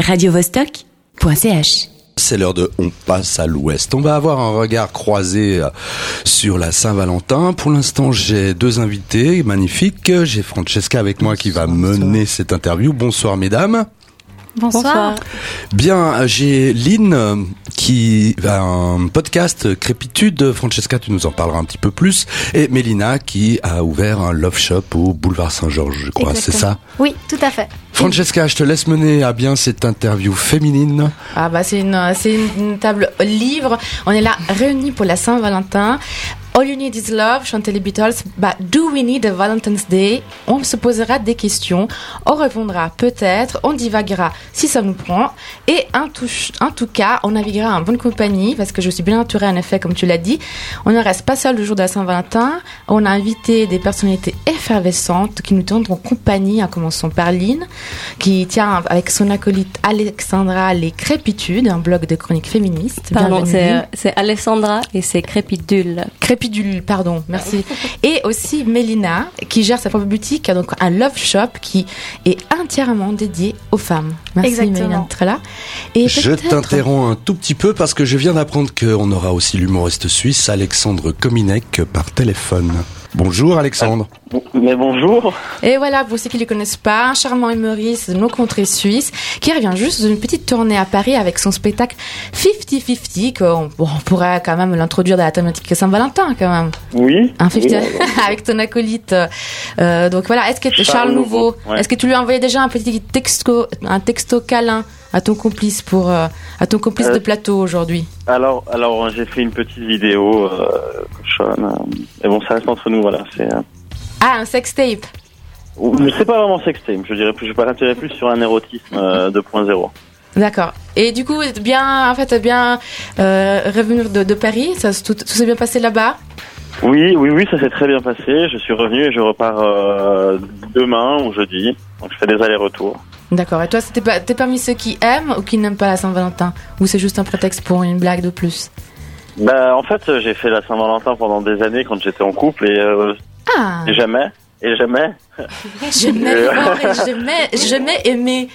radiovostok.ch. C'est l'heure de On passe à l'Ouest. On va avoir un regard croisé sur la Saint-Valentin. Pour l'instant, j'ai deux invités magnifiques. J'ai Francesca avec moi qui va mener cette interview. Bonsoir mesdames. Bonsoir. Bien, j'ai Lynn qui a un podcast Crépitude. Francesca, tu nous en parleras un petit peu plus. Et Mélina qui a ouvert un love shop au boulevard Saint-Georges, je crois. Exactement. C'est ça? Oui, tout à fait. Francesca, je te laisse mener à bien cette interview féminine. Ah bah c'est une table livre. On est là réunis pour la Saint-Valentin. All You Need Is Love, chanter les Beatles. Do we need a Valentine's Day? On se posera des questions, on répondra peut-être, on divaguera si ça nous prend. Et en tout cas, on naviguera en bonne compagnie parce que je suis bien entourée en effet, comme tu l'as dit. On ne reste pas seul le jour de la Saint-Valentin. On a invité des personnalités effervescentes qui nous tiendront compagnie, en commençant par Lynn, qui tient avec son acolyte Alexandra les Crépitudes, un blog de chroniques féministes. Pardon, c'est Alessandra et c'est Crépidule. Crépidule, pardon, merci. Et aussi Mélina, qui gère sa propre boutique, donc un love shop qui est entièrement dédié aux femmes. Merci Mélina d'être là. Et je t'interromps un tout petit peu parce que je viens d'apprendre qu'on aura aussi l'humoriste suisse Alexandre Kominek par téléphone. Bonjour Alexandre. Mais bonjour. Et voilà, pour ceux qui ne le connaissent pas, un charmant humoriste de nos contrées suisses qui revient juste d'une petite tournée à Paris avec son spectacle 50-50, on pourrait quand même l'introduire dans la thématique Saint-Valentin quand même. Oui. Un 50 avec ton acolyte. Donc voilà, est-ce que Charles Nouveau, ouais. Est-ce que tu lui as envoyé déjà un petit texto câlin à ton complice de plateau aujourd'hui? Alors j'ai fait une petite vidéo cochonne. Mais bon, ça reste entre nous, voilà. Ah, un sextape. C'est pas vraiment sextape, je vais pas l'attirer plus sur un érotisme 2.0. D'accord. Et du coup, bien revenu de Paris, tout s'est bien passé là-bas? Oui, ça s'est très bien passé. Je suis revenu et je repars demain ou jeudi. Donc je fais des allers-retours. D'accord. Et toi, t'es parmi ceux qui aiment ou qui n'aiment pas la Saint-Valentin? Ou c'est juste un prétexte pour une blague de plus? En fait, j'ai fait la Saint-Valentin pendant des années quand j'étais en couple et jamais. J'aimais aimer.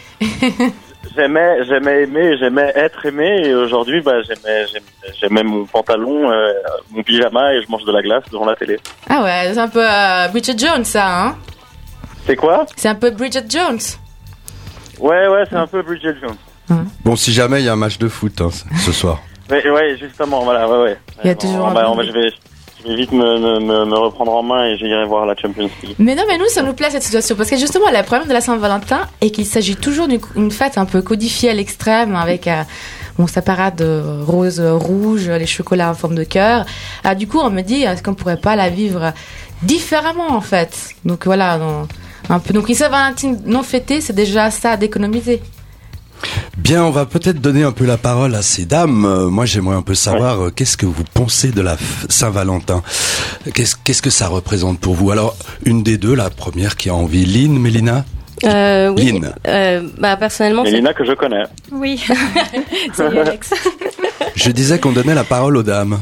J'aimais aimer, j'aimais être aimé et aujourd'hui j'aimais mon pantalon, mon pyjama et je mange de la glace devant la télé. Ah ouais, c'est un peu Bridget Jones ça, hein? C'est quoi? C'est un peu Bridget Jones. Ouais, c'est un peu Bridget Jones. Bon, si jamais il y a un match de foot ce soir. Ouais, justement, voilà, ouais. Il y a toujours je vais vite me reprendre en main et j'irai voir la Champions League. Mais nous, ça nous plaît cette situation parce que justement, le problème de la Saint-Valentin est qu'il s'agit toujours d'une fête un peu codifiée à l'extrême avec sa parade rose, rouge, les chocolats en forme de cœur. Du coup, on me dit, est-ce qu'on pourrait pas la vivre différemment en fait? Donc voilà, un peu. Donc une Saint-Valentin non fêtée, c'est déjà ça d'économiser. Bien, on va peut-être donner un peu la parole à ces dames. Moi, j'aimerais un peu savoir qu'est-ce que vous pensez de la Saint-Valentin. Qu'est-ce que ça représente pour vous? Alors, une des deux, la première qui a envie, Lynn, Mélina? Oui. Lynn. Personnellement, Mélina que je connais. Oui. Salut Alex. Je disais qu'on donnait la parole aux dames.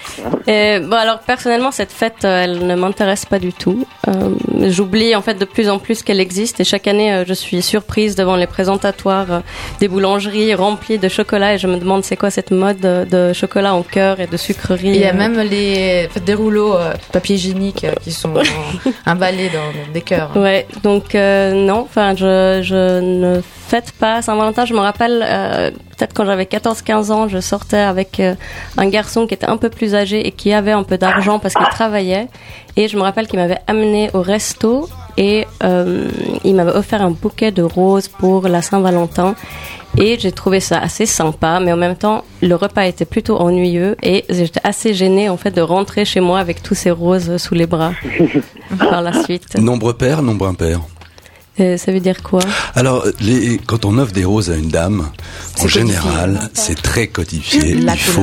Alors personnellement cette fête elle ne m'intéresse pas du tout. J'oublie en fait de plus en plus qu'elle existe et chaque année je suis surprise devant les présentatoires des boulangeries remplies de chocolat et je me demande c'est quoi cette mode de chocolat en cœur et de sucreries. Il y a même des rouleaux papier hygiénique qui sont emballés dans des cœurs. Ouais, donc non, enfin je ne fête pas Saint-Valentin. Je me rappelle peut-être quand j'avais 14-15 ans, je sortais avec un garçon qui était un peu plus âgé et qui avait un peu d'argent parce qu'il travaillait. Et je me rappelle qu'il m'avait amené au resto et il m'avait offert un bouquet de roses pour la Saint-Valentin. Et j'ai trouvé ça assez sympa, mais en même temps, le repas était plutôt ennuyeux et j'étais assez gênée en fait de rentrer chez moi avec tous ces roses sous les bras par la suite. Nombre pair, nombre impair. Ça veut dire quoi? Alors, quand on offre des roses à une dame, en général, c'est très codifié.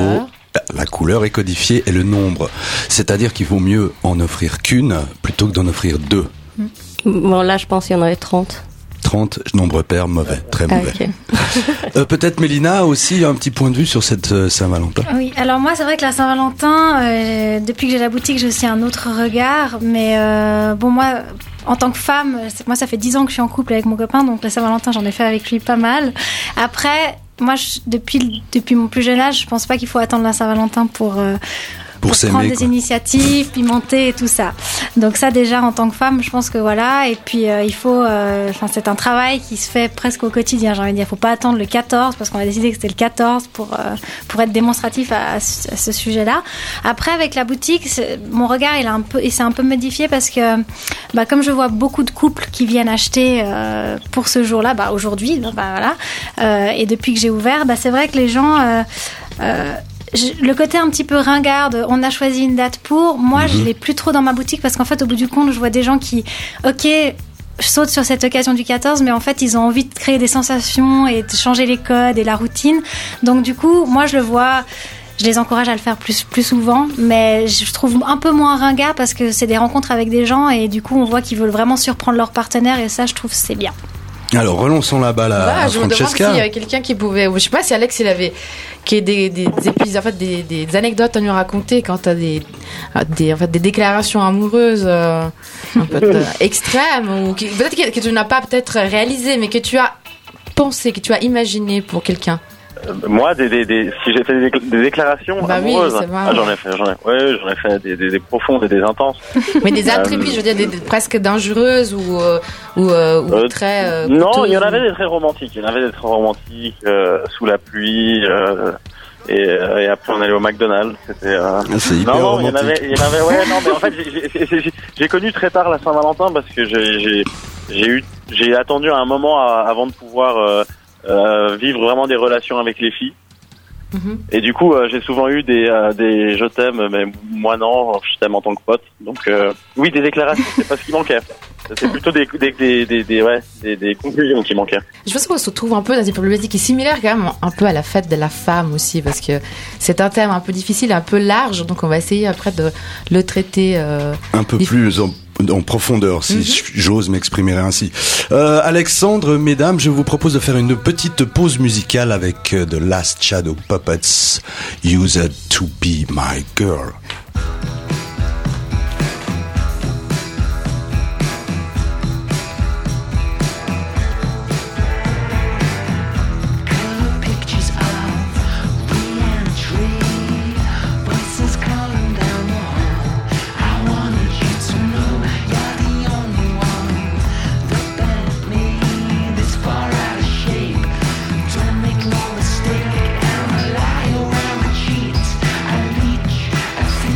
La couleur est codifiée et le nombre. C'est-à-dire qu'il vaut mieux en offrir qu'une plutôt que d'en offrir deux. Bon, là, je pense qu'il y en avait 30. 30, nombre pair, mauvais, très mauvais. Okay. Peut-être Mélina aussi un petit point de vue sur cette Saint-Valentin. Oui, alors moi c'est vrai que la Saint-Valentin, depuis que j'ai la boutique, j'ai aussi un autre regard. Mais bon, moi, en tant que femme, moi ça fait 10 ans que je suis en couple avec mon copain, donc la Saint-Valentin j'en ai fait avec lui pas mal. Après, moi depuis mon plus jeune âge, je pense pas qu'il faut attendre la Saint-Valentin pour prendre des initiatives, pimenter et tout ça. Donc ça déjà en tant que femme, je pense que voilà. Et puis il faut, c'est un travail qui se fait presque au quotidien. J'ai envie de dire, faut pas attendre le 14 parce qu'on a décidé que c'était le 14 pour être démonstratif à ce sujet-là. Après avec la boutique, mon regard il s'est un peu modifié parce que comme je vois beaucoup de couples qui viennent acheter pour ce jour-là, aujourd'hui, voilà. Et depuis que j'ai ouvert, c'est vrai que les gens le côté un petit peu ringarde, on a choisi une date pour, moi je l'ai plus trop dans ma boutique parce qu'en fait au bout du compte je vois des gens qui, sautent sur cette occasion du 14 mais en fait ils ont envie de créer des sensations et de changer les codes et la routine, donc du coup moi je les encourage à le faire plus souvent, mais je trouve un peu moins ringard parce que c'est des rencontres avec des gens et du coup on voit qu'ils veulent vraiment surprendre leur partenaire et ça je trouve c'est bien. Alors relançons la balle à je me demande Francesca. s'il y avait quelqu'un qui pouvait, je sais pas si Alex il avait des épisodes, en fait des anecdotes à nous raconter quand t'as des déclarations amoureuses un peu extrêmes ou peut-être que tu n'as pas peut-être réalisé mais que tu as pensé, que tu as imaginé pour quelqu'un. Moi, si j'ai fait des déclarations amoureuses, oui, j'en ai fait des profondes et des intenses. Mais des intrépides, je veux dire, presque dangereuses ou très. Non, il y en avait des très romantiques. Sous la pluie. Et après on allait au McDonald's. C'était. C'est hyper romantique. Il y en avait. Ouais, non, mais en fait, j'ai connu très tard la Saint-Valentin parce que j'ai attendu un moment avant de pouvoir. Vivre vraiment des relations avec les filles. Et du coup j'ai souvent eu des je t'aime mais moi non, je t'aime en tant que pote, donc oui, des déclarations c'est pas ce qui manquait, c'est plutôt des conclusions qui manquaient. Je pense qu'on se retrouve un peu dans une problématique qui est similaire quand même un peu à la fête de la femme aussi, parce que c'est un thème un peu difficile, un peu large, donc on va essayer après de le traiter un peu plus en profondeur, si j'ose m'exprimer ainsi. Alexandre, mesdames, je vous propose de faire une petite pause musicale avec The Last Shadow Puppets, Used to Be My Girl. Mistake and rely around the cheats. I reach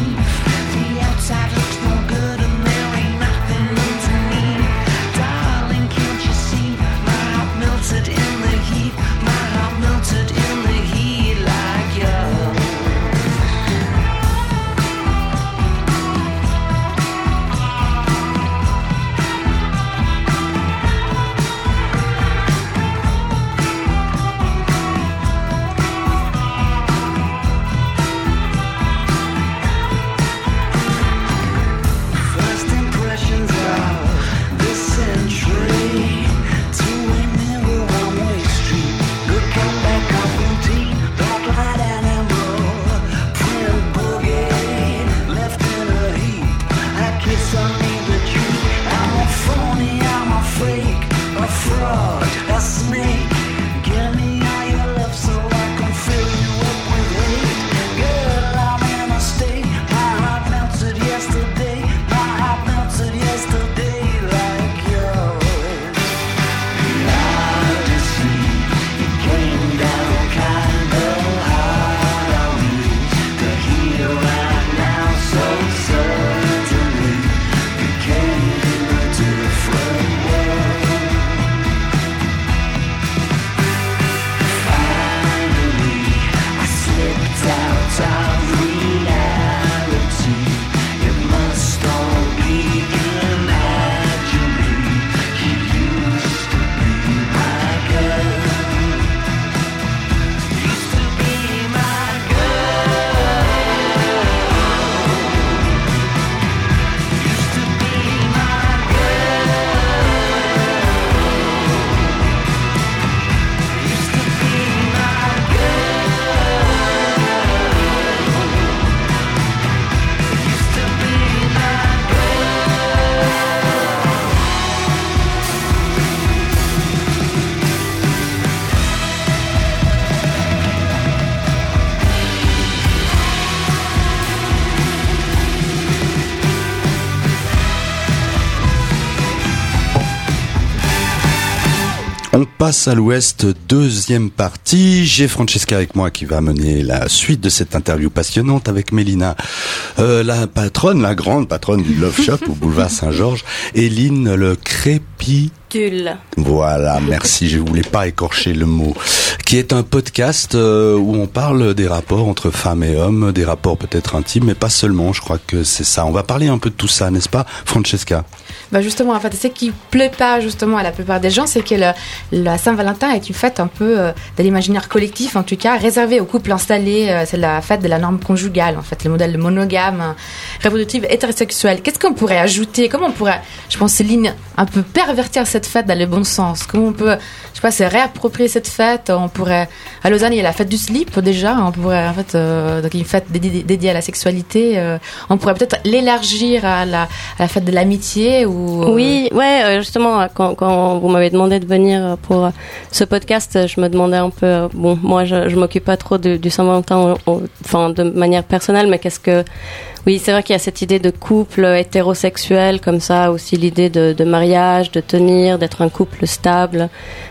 On passe à l'Ouest, deuxième partie. J'ai Francesca avec moi qui va mener la suite de cette interview passionnante avec Mélina, la grande patronne du Love Shop au boulevard Saint-Georges, et Lynn le Crépidule. Voilà, merci, je voulais pas écorcher le mot. Qui est un podcast où on parle des rapports entre femmes et hommes, des rapports peut-être intimes, mais pas seulement, je crois que c'est ça. On va parler un peu de tout ça, n'est-ce pas, Francesca? Justement, en fait, ce qui plaît pas justement à la plupart des gens, c'est que la Saint-Valentin est une fête un peu de l'imaginaire collectif, en tout cas réservée aux couples installés. C'est la fête de la norme conjugale, en fait, le modèle monogame, reproductif, hétérosexuel. Qu'est-ce qu'on pourrait ajouter? Comment on pourrait, je pense, Céline, un peu pervertir cette fête dans le bon sens? Comment on peut, je sais pas, se réapproprier cette fête? On pourrait, à Lausanne, il y a la fête du slip déjà. On pourrait, en fait, donc une fête dédiée à la sexualité. On pourrait peut-être l'élargir à la fête de l'amitié ou. Oui, ouais, justement, quand vous m'avez demandé de venir pour ce podcast, je me demandais un peu, bon, moi, je m'occupe pas trop du Saint-Valentin, enfin, de manière personnelle, mais oui, c'est vrai qu'il y a cette idée de couple hétérosexuel, comme ça, aussi l'idée de mariage, de tenir, d'être un couple stable.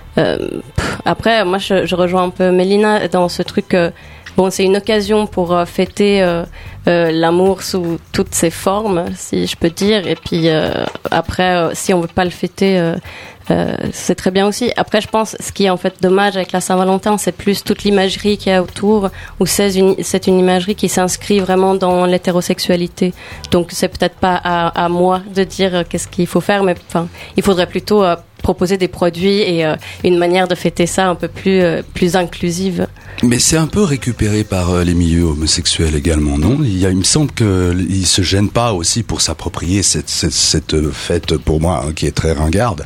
Après, moi, je rejoins un peu Mélina dans ce truc. Bon, c'est une occasion pour fêter l'amour sous toutes ses formes, si je peux dire. Et puis après, si on veut pas le fêter, c'est très bien aussi. Après, je pense, ce qui est en fait dommage avec la Saint-Valentin, c'est plus toute l'imagerie qu'il y a autour, où c'est une imagerie qui s'inscrit vraiment dans l'hétérosexualité. Donc, c'est peut-être pas à moi de dire qu'est-ce qu'il faut faire, mais enfin, il faudrait plutôt proposer des produits et une manière de fêter ça un peu plus inclusive. Mais c'est un peu récupéré par les milieux homosexuels également, non? Il me semble qu'ils se gênent pas aussi pour s'approprier cette fête, pour moi, qui est très ringarde.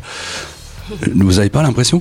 Vous avez pas l'impression?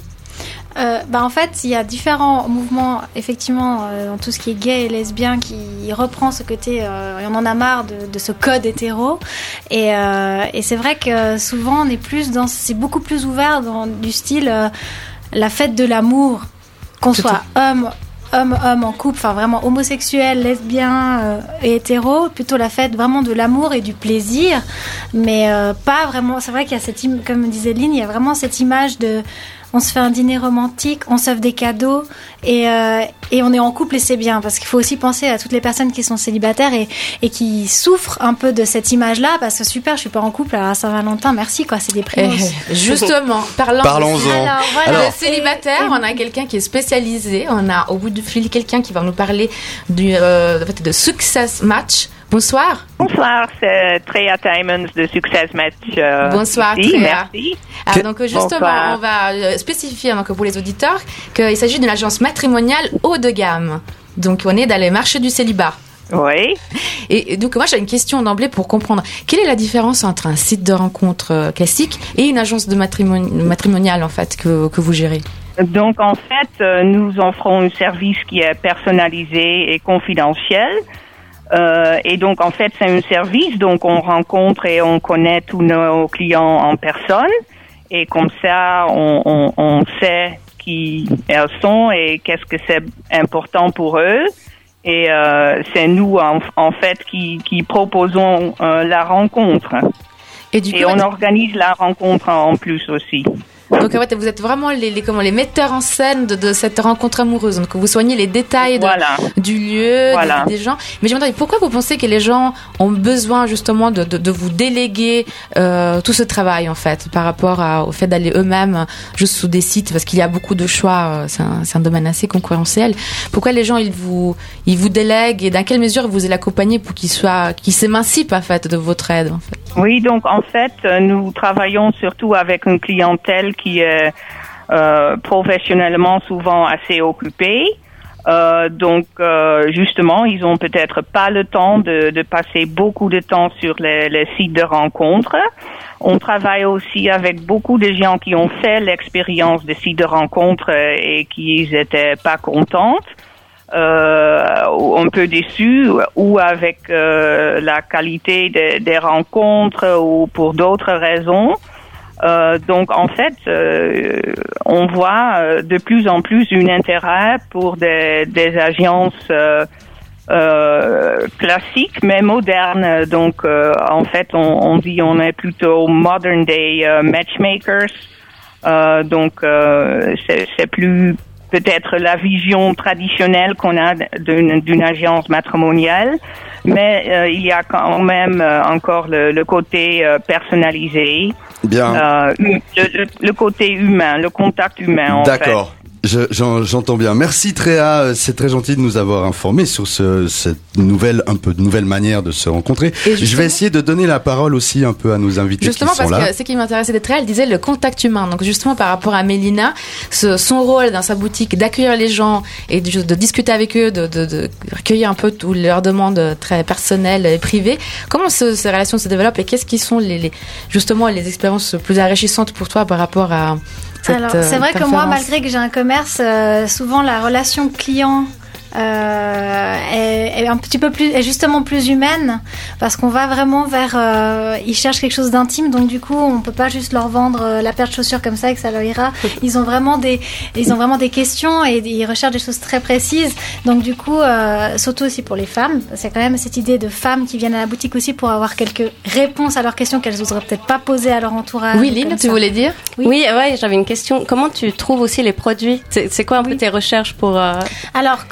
En fait, il y a différents mouvements, effectivement, dans tout ce qui est gay et lesbien, qui reprend ce côté, et on en a marre de ce code hétéro. Et c'est vrai que souvent, on est c'est beaucoup plus ouvert dans du style la fête de l'amour, qu'on soit homme en couple, enfin vraiment homosexuel, lesbien et hétéro, plutôt la fête vraiment de l'amour et du plaisir, mais pas vraiment. C'est vrai qu'il y a comme disait Lynn, il y a vraiment cette image de on se fait un dîner romantique, on s'offre des cadeaux et on est en couple et c'est bien, parce qu'il faut aussi penser à toutes les personnes qui sont célibataires et qui souffrent un peu de cette image-là, parce que super, je suis pas en couple à Saint-Valentin, merci quoi, c'est déprimant. Justement, parlons-en. Alors, célibataire, on a quelqu'un qui est spécialisé, on a au bout du fil quelqu'un qui va nous parler de Success Match. Bonsoir. Bonsoir, c'est Tréa Timons de Success Match. Bonsoir ici, Tréa. Merci. Alors, donc justement, bonsoir. On va spécifier donc, pour les auditeurs qu'il s'agit d'une agence matrimoniale haut de gamme. Donc on est dans les marchés du célibat. Oui. Et donc moi j'ai une question d'emblée pour comprendre. Quelle est la différence entre un site de rencontre classique et une agence de matrimoniale en fait que vous gérez? Donc en fait, nous offrons un service qui est personnalisé et confidentiel. Et donc en fait c'est un service, donc on rencontre et on connaît tous nos clients en personne, et comme ça on sait qui elles sont et qu'est-ce que c'est important pour eux, et c'est nous en fait qui proposons la rencontre, et on organise la rencontre en plus aussi. Donc en fait, vous êtes vraiment les metteurs en scène de cette rencontre amoureuse. Donc vous soignez les détails du lieu, des gens. Mais je me demande, pourquoi vous pensez que les gens ont besoin justement de vous déléguer tout ce travail en fait, par rapport au fait d'aller eux-mêmes juste sous des sites, parce qu'il y a beaucoup de choix. C'est un domaine assez concurrentiel. Pourquoi les gens ils vous délèguent, et dans quelle mesure vous les accompagnez pour qu'ils s'émancipent en fait de votre aide en fait? Oui, donc en fait, nous travaillons surtout avec une clientèle qui est professionnellement souvent assez occupée. Donc justement, ils ont peut-être pas le temps de passer beaucoup de temps sur les sites de rencontres. On travaille aussi avec beaucoup de gens qui ont fait l'expérience de sites de rencontres et qui étaient pas contentes. Un peu déçus, ou avec la qualité des rencontres, ou pour d'autres raisons. Donc en fait, on voit de plus en plus un intérêt pour des agences classiques mais modernes. Donc en fait, on dit on est plutôt modern day matchmakers. Donc c'est plus peut-être la vision traditionnelle qu'on a d'une agence matrimoniale, mais il y a quand même encore le côté personnalisé, le côté humain, le contact humain. D'accord. J'entends bien. Merci Tréa, c'est très gentil de nous avoir informés sur cette nouvelle manière de se rencontrer. Je vais essayer de donner la parole aussi un peu à nos invités justement qui sont là. Parce que ce qui m'intéressait de Tréa, elle disait le contact humain. Donc justement par rapport à Mélina, son rôle dans sa boutique d'accueillir les gens et de discuter avec eux, de recueillir un peu toutes leurs demandes très personnelles et privées. Comment ces relations se développent et qu'est-ce qui sont justement les expériences plus enrichissantes pour toi par rapport à Alors, c'est vrai que moi, malgré que j'ai un commerce, souvent la relation client est un petit peu plus, est justement plus humaine, parce qu'on va vraiment vers, ils cherchent quelque chose d'intime, donc du coup, on peut pas juste leur vendre la paire de chaussures comme ça et que ça leur ira. Ils ont vraiment des questions et ils recherchent des choses très précises. Donc du coup, surtout aussi pour les femmes, c'est quand même cette idée de femmes qui viennent à la boutique aussi pour avoir quelques réponses à leurs questions qu'elles n'oseraient peut-être pas poser à leur entourage. Oui, Lynn, tu voulais dire? Oui, ouais, j'avais une question. Comment tu trouves aussi les produits? C'est quoi un peu tes recherches pour Alors,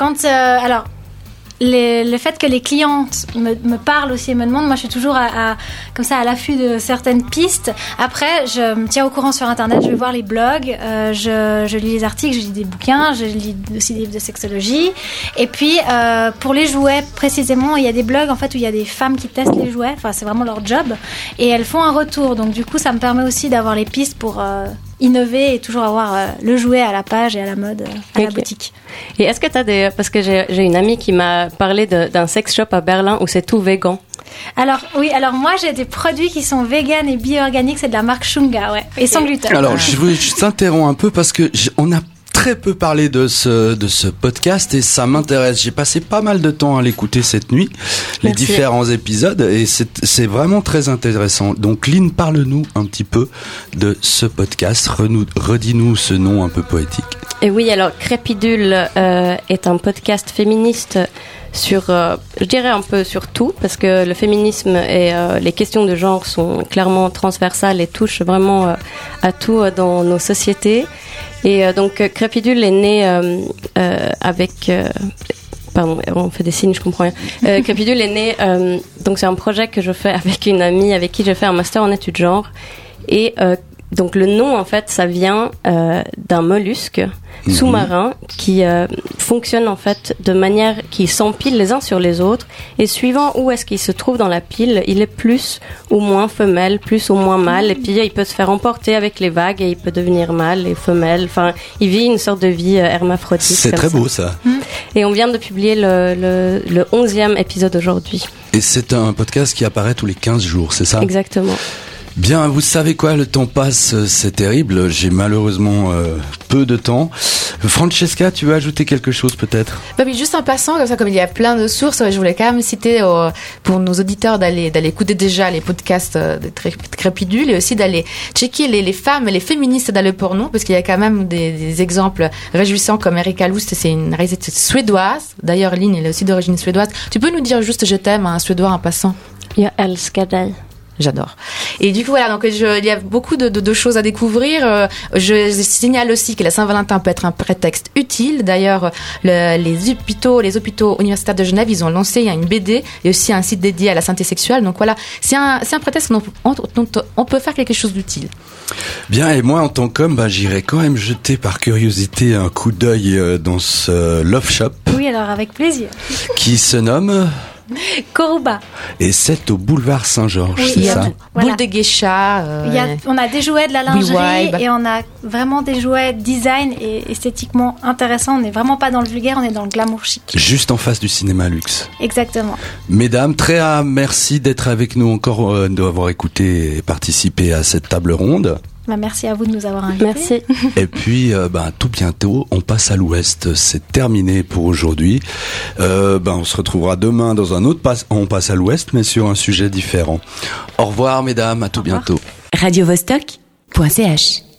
le fait que les clientes me parlent aussi et me demandent, moi je suis toujours comme ça à l'affût de certaines pistes. Après, je me tiens au courant sur internet, je vais voir les blogs, je lis les articles, je lis des bouquins, je lis aussi des livres de sexologie. Et puis pour les jouets précisément, il y a des blogs en fait où il y a des femmes qui testent les jouets, enfin c'est vraiment leur job, et elles font un retour. Donc du coup, ça me permet aussi d'avoir les pistes pour innover et toujours avoir le jouet à la page et à la mode à la boutique. Et est-ce que tu as parce que j'ai une amie qui m'a parlé d'un sex shop à Berlin où c'est tout végan. Alors moi j'ai des produits qui sont véganes et bio-organiques, c'est de la marque Shunga, ouais, et sans gluten. Alors je voulais juste t'interrompre un peu parce que on a très peu parlé de ce podcast et ça m'intéresse. J'ai passé pas mal de temps à l'écouter cette nuit, les différents épisodes, et c'est vraiment très intéressant. Donc Lynn, parle-nous un petit peu de ce podcast, redis-nous ce nom un peu poétique. Et oui, alors Crépidule est un podcast féministe sur, je dirais un peu sur tout, parce que le féminisme et les questions de genre sont clairement transversales et touchent vraiment à tout dans nos sociétés. Et donc Crépidule est né avec... Pardon, on fait des signes, je comprends rien. Crépidule est né... donc c'est un projet que je fais avec une amie avec qui j'ai fait un master en études genre. Et donc le nom, en fait, ça vient d'un mollusque sous-marin qui fonctionne en fait de manière qui s'empile les uns sur les autres, et suivant où est-ce qu'il se trouve dans la pile, il est plus ou moins femelle, plus ou moins mâle, et puis il peut se faire emporter avec les vagues et il peut devenir mâle et femelle. Enfin, il vit une sorte de vie hermaphrodite. C'est très beau ça. Et on vient de publier le 11e épisode aujourd'hui. Et c'est un podcast qui apparaît tous les 15 jours, c'est ça? Exactement. Bien, vous savez quoi, le temps passe, c'est terrible, j'ai malheureusement peu de temps. Francesca, tu veux ajouter quelque chose peut-être? Bah oui, juste en passant, comme ça, comme il y a plein de sources, je voulais quand même citer pour nos auditeurs d'aller écouter déjà les podcasts de Crépidule, et aussi d'aller checker les femmes et les féministes dans le porno, parce qu'il y a quand même des exemples réjouissants comme Erika Lust, c'est une réalisatrice suédoise. D'ailleurs, Lynn, elle est aussi d'origine suédoise. Tu peux nous dire juste je t'aime en suédois en passant? Jag älskar dig. J'adore. Et du coup, voilà, donc il y a beaucoup de choses à découvrir. Je signale aussi que la Saint-Valentin peut être un prétexte utile. D'ailleurs, les hôpitaux universitaires de Genève, ils ont lancé, il y a une BD et aussi un site dédié à la santé sexuelle. Donc voilà, c'est un prétexte dont on peut faire quelque chose d'utile. Bien, et moi, en tant qu'homme, j'irai quand même jeter par curiosité un coup d'œil dans ce Love Shop. Oui, alors avec plaisir. Qui se nomme... Koruba. Et c'est au boulevard Saint-Georges, oui, c'est ça? Voilà. Boule de geisha. On a des jouets, de la lingerie, et on a vraiment des jouets design et esthétiquement intéressants. On n'est vraiment pas dans le vulgaire, on est dans le glamour chic. Juste en face du cinéma luxe. Exactement. Mesdames, Tréa, merci d'être avec nous encore, d'avoir écouté et participé à cette table ronde. Merci à vous de nous avoir invités. Merci. Et puis, tout bientôt, on passe à l'Ouest. C'est terminé pour aujourd'hui. On se retrouvera demain dans un autre on passe à l'Ouest, mais sur un sujet différent. Au revoir, mesdames. À tout bientôt. radiovostok.ch